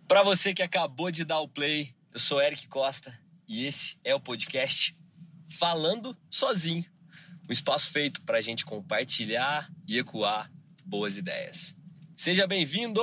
Para você que acabou de dar o play, eu sou Eric Costa e esse é o podcast Falando Sozinho. Um espaço feito para a gente compartilhar e ecoar boas ideias. Seja bem-vindo!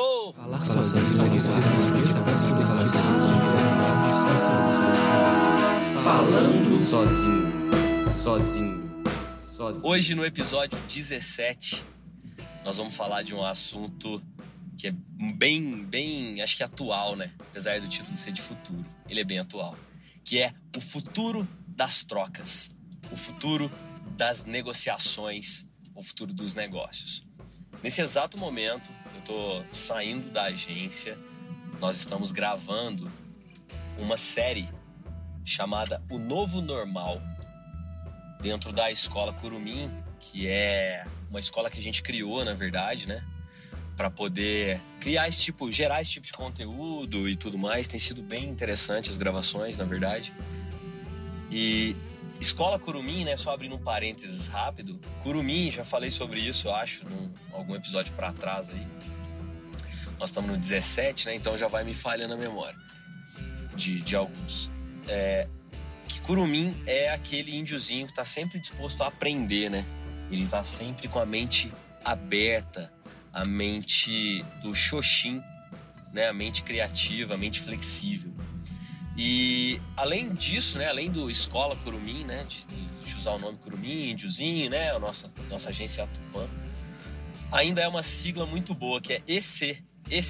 Falando sozinho. Hoje no episódio 17, nós vamos falar de um assunto que é bem, acho que atual, né? Apesar do título ser de futuro, ele é bem atual. Que é o futuro das trocas, o futuro das negociações, o futuro dos negócios. Nesse exato momento, eu tô saindo da agência, nós estamos gravando uma série chamada O Novo Normal, dentro da Escola Curumim, que é uma escola que a gente criou, na verdade, né? Para poder gerar esse tipo de conteúdo e tudo mais. Tem sido bem interessante as gravações, na verdade. E Escola Curumim, né? Só abrindo um parênteses rápido. Curumim, já falei sobre isso, eu acho, em algum episódio para trás aí. Nós estamos no 17, né? Então já vai me falhando a memória de alguns. Que Curumim é aquele índiozinho que está sempre disposto a aprender, né? Ele está sempre com a mente aberta, a mente do Xoxin, né? A mente criativa, a mente flexível. E além disso, né? Além do Escola Curumim, né? De usar o nome Curumim, índiozinho, né? A nossa agência é a Tupã. Ainda é uma sigla muito boa, que é EC.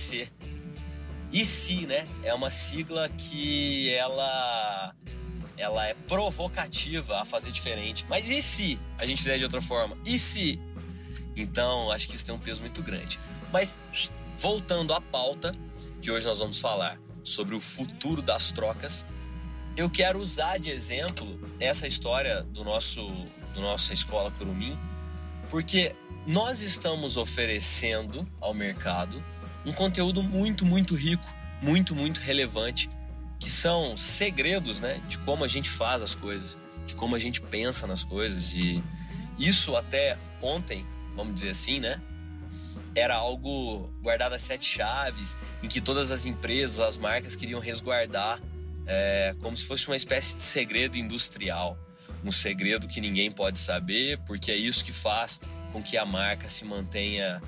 IC, né? É uma sigla que ela é provocativa a fazer diferente. Mas e se a gente fizer de outra forma? E se? Então, acho que isso tem um peso muito grande. Mas, voltando à pauta, que hoje nós vamos falar sobre o futuro das trocas, eu quero usar de exemplo essa história do nossa Escola Curumim, porque nós estamos oferecendo ao mercado um conteúdo muito rico, muito relevante, que são segredos, né, de como a gente faz as coisas, de como a gente pensa nas coisas. E isso até ontem, vamos dizer assim, né, era algo guardado às 7 chaves, em que todas as empresas, as marcas queriam resguardar, como se fosse uma espécie de segredo industrial, um segredo que ninguém pode saber, porque é isso que faz com que a marca se mantenha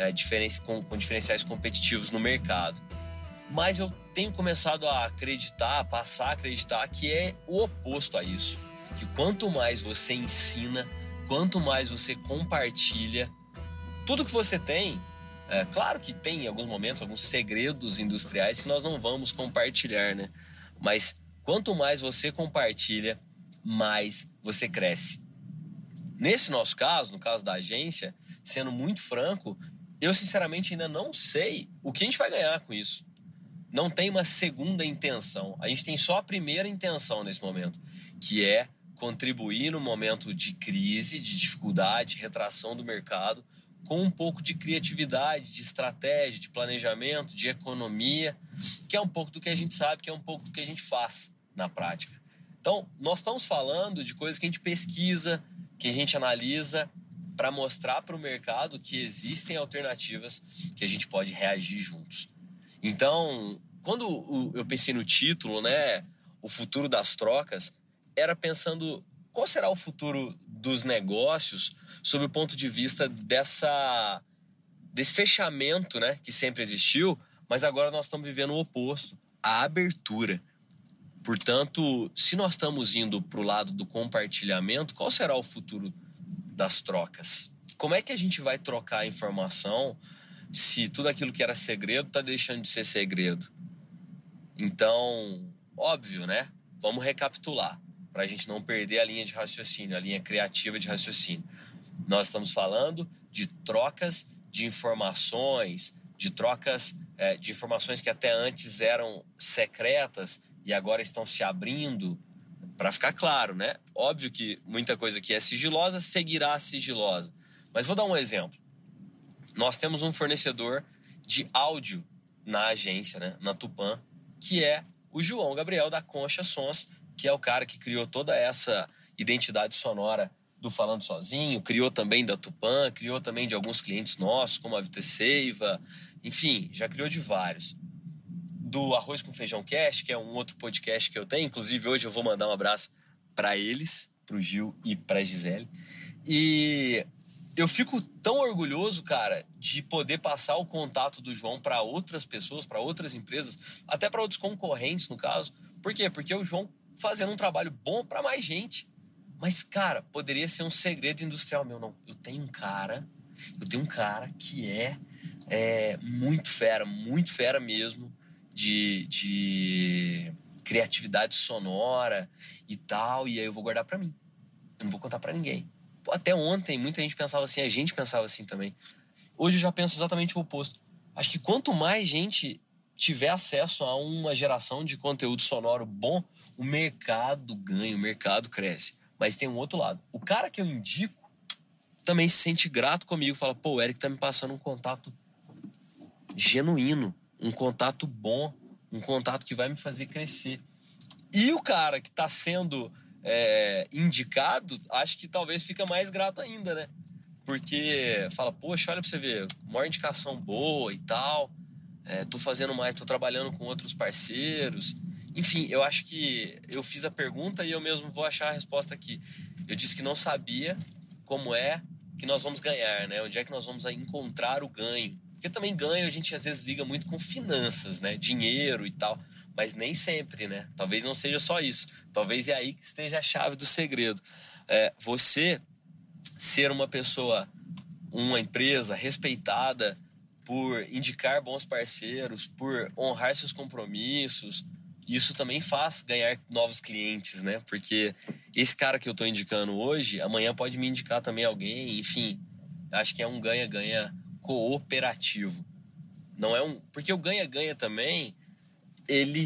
com diferenciais competitivos no mercado. Mas eu tenho começado a passar a acreditar que é o oposto a isso. Que quanto mais você ensina, quanto mais você compartilha, tudo que você tem, claro que tem em alguns momentos, alguns segredos industriais que nós não vamos compartilhar, né? Mas quanto mais você compartilha, mais você cresce. Nesse nosso caso, no caso da agência, sendo muito franco, eu sinceramente ainda não sei o que a gente vai ganhar com isso. Não tem uma segunda intenção. A gente tem só a primeira intenção nesse momento, que é contribuir no momento de crise, de dificuldade, retração do mercado, com um pouco de criatividade, de estratégia, de planejamento, de economia, que é um pouco do que a gente sabe, que é um pouco do que a gente faz na prática. Então, nós estamos falando de coisas que a gente pesquisa, que a gente analisa, para mostrar para o mercado que existem alternativas que a gente pode reagir juntos. Então, quando eu pensei no título, né, o futuro das trocas, era pensando qual será o futuro dos negócios sob o ponto de vista desse fechamento, né, que sempre existiu, mas agora nós estamos vivendo o oposto, a abertura. Portanto, se nós estamos indo para o lado do compartilhamento, qual será o futuro das trocas? Como é que a gente vai trocar a informação se tudo aquilo que era segredo está deixando de ser segredo? Então, óbvio, né? Vamos recapitular, para a gente não perder a linha de raciocínio, a linha criativa de raciocínio. Nós estamos falando de trocas de informações, de trocas de informações que até antes eram secretas e agora estão se abrindo, para ficar claro, né? Óbvio que muita coisa que é sigilosa seguirá sigilosa. Mas vou dar um exemplo. Nós temos um fornecedor de áudio na agência, né, na Tupã, que é o João Gabriel da Concha Sons, que é o cara que criou toda essa identidade sonora do Falando Sozinho, criou também da Tupã, criou também de alguns clientes nossos, como a VT Seiva, enfim, já criou de vários. do Arroz com Feijão Cast, que é um outro podcast que eu tenho. Inclusive, hoje eu vou mandar um abraço para eles, pro Gil e pra Gisele. E eu fico tão orgulhoso, cara, de poder passar o contato do João para outras pessoas, para outras empresas, até para outros concorrentes, no caso. Por quê? Porque o João fazendo um trabalho bom para mais gente. Mas, cara, poderia ser um segredo industrial meu, não. Eu tenho um cara que é muito fera mesmo, de criatividade sonora e tal, e aí eu vou guardar pra mim. Eu não vou contar pra ninguém. Pô, até ontem, muita gente pensava assim, a gente pensava assim também. Hoje eu já penso exatamente o oposto. Acho que quanto mais gente tiver acesso a uma geração de conteúdo sonoro bom, o mercado ganha, o mercado cresce. Mas tem um outro lado. O cara que eu indico também se sente grato comigo. Fala, pô, o Eric tá me passando um contato genuíno, um contato bom, um contato que vai me fazer crescer. E o cara que tá sendo indicado, acho que talvez fica mais grato ainda, né? Porque fala, poxa, olha pra você ver, maior indicação boa e tal, tô fazendo mais, tô trabalhando com outros parceiros. Enfim, eu acho que eu fiz a pergunta e eu mesmo vou achar a resposta aqui. Eu disse que não sabia como é que nós vamos ganhar, né? Onde é que nós vamos encontrar o ganho. Porque também ganho a gente às vezes liga muito com finanças, né? Dinheiro e tal. Mas nem sempre, né? Talvez não seja só isso. Talvez é aí que esteja a chave do segredo. Você ser uma pessoa, uma empresa respeitada por indicar bons parceiros, por honrar seus compromissos, isso também faz ganhar novos clientes, né? Porque esse cara que eu tô indicando hoje, amanhã pode me indicar também alguém, enfim. Acho que é um ganha-ganha cooperativo. Não é um... Porque o ganha-ganha também, ele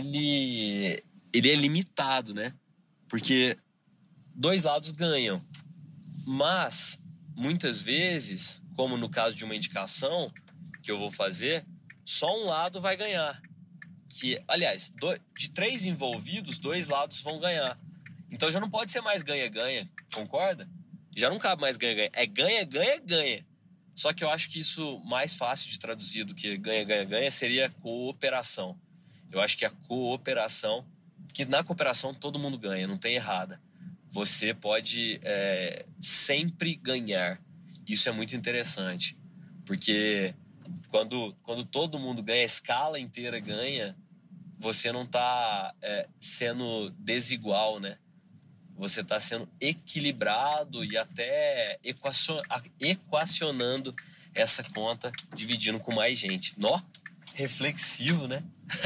é limitado, né? Porque dois lados ganham. Mas, muitas vezes, como no caso de uma indicação que eu vou fazer, só um lado vai ganhar. Que, aliás, de 3 envolvidos, 2 lados vão ganhar. Então já não pode ser mais ganha-ganha, concorda? Já não cabe mais ganha-ganha. É ganha-ganha-ganha. Só que eu acho que isso mais fácil de traduzir do que ganha-ganha-ganha seria cooperação. Eu acho que a cooperação, que na cooperação todo mundo ganha, não tem errada. Você pode sempre ganhar. Isso é muito interessante. Porque quando todo mundo ganha, a escala inteira ganha, você não está sendo desigual, né? Você está sendo equilibrado e até equacionando essa conta, dividindo com mais gente. Nó, reflexivo, né?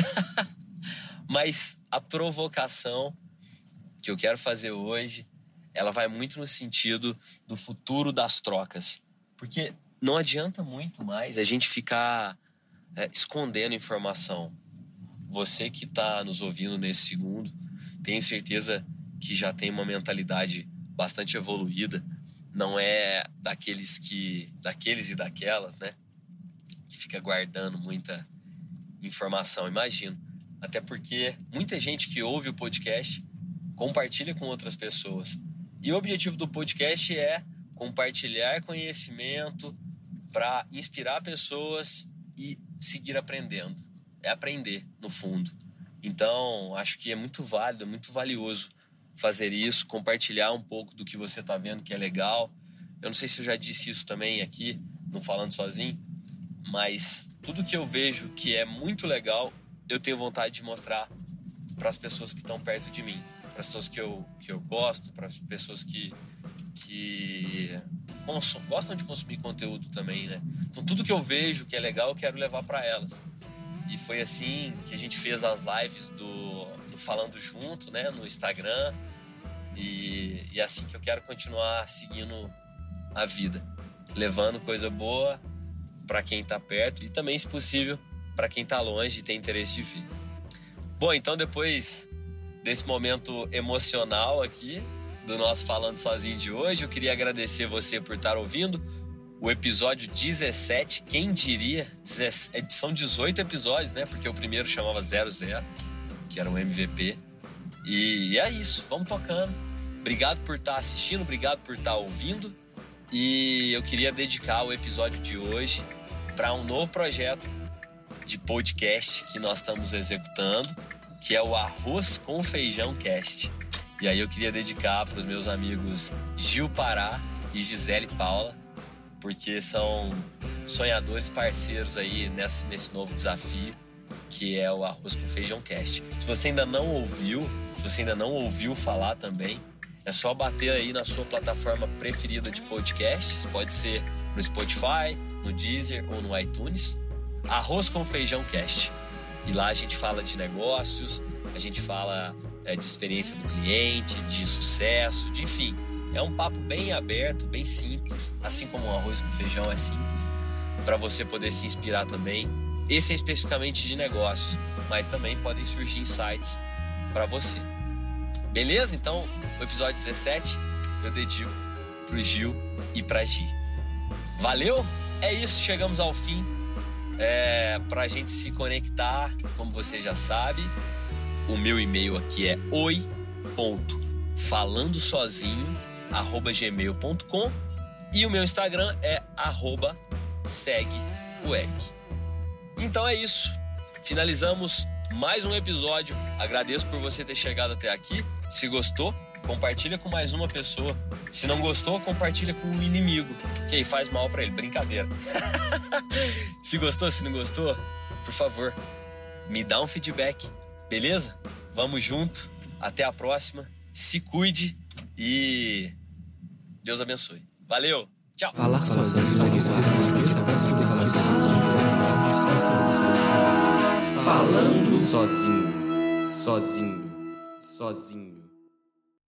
Mas a provocação que eu quero fazer hoje, ela vai muito no sentido do futuro das trocas. Porque não adianta muito mais a gente ficar escondendo informação. Você que está nos ouvindo nesse segundo, tenho certeza que já tem uma mentalidade bastante evoluída. Não é daqueles e daquelas, né? Que fica guardando muita informação, imagino. Até porque muita gente que ouve o podcast compartilha com outras pessoas. E o objetivo do podcast é compartilhar conhecimento para inspirar pessoas e seguir aprendendo. É aprender, no fundo. Então, acho que é muito válido, é muito valioso fazer isso, compartilhar um pouco do que você está vendo que é legal. Eu não sei se eu já disse isso também aqui, no Falando Sozinho, mas tudo que eu vejo que é muito legal, eu tenho vontade de mostrar para as pessoas que estão perto de mim, para as pessoas que eu gosto, para as pessoas que gostam de consumir conteúdo também, né? Então tudo que eu vejo que é legal, eu quero levar para elas. E foi assim que a gente fez as lives do Falando Junto, né, no Instagram. E assim que eu quero continuar seguindo a vida, levando coisa boa para quem tá perto e também, se possível, para quem tá longe e tem interesse de vir. Bom, então depois desse momento emocional aqui do nosso Falando Sozinho de hoje, eu queria agradecer você por estar ouvindo o episódio 17, quem diria, são 18 episódios, né? Porque o primeiro chamava 00, que era um MVP. E é isso, vamos tocando. Obrigado por estar assistindo, obrigado por estar ouvindo. E eu queria dedicar o episódio de hoje para um novo projeto de podcast que nós estamos executando, que é o Arroz com Feijão Cast. E aí eu queria dedicar para os meus amigos Gil Pará e Gisele Paula, porque são sonhadores parceiros aí nesse novo desafio, que é o Arroz com Feijão Cast. Se você ainda não ouviu falar também, é só bater aí na sua plataforma preferida de podcasts, pode ser no Spotify, no Deezer ou no iTunes, Arroz com Feijão Cast. E lá a gente fala de negócios, a gente fala de experiência do cliente, de sucesso, enfim. É um papo bem aberto, bem simples, assim como o Arroz com Feijão é simples, para você poder se inspirar também. Esse é especificamente de negócios, mas também podem surgir insights para você. Beleza? Então, o episódio 17 eu dedico pro Gil e pra Gi. Valeu? É isso, chegamos ao fim. Pra gente se conectar, como você já sabe, o meu e-mail aqui é oi.falandosozinho@gmail.com e o meu Instagram é @segueoeric. Então é isso. Finalizamos mais um episódio. Agradeço por você ter chegado até aqui. Se gostou, compartilha com mais uma pessoa. Se não gostou, compartilha com um inimigo, que aí faz mal pra ele. Brincadeira. Se gostou, se não gostou, por favor, me dá um feedback, beleza? Vamos junto. Até a próxima. Se cuide e Deus abençoe. Valeu. Tchau. Falar sozinho. Falando sozinho.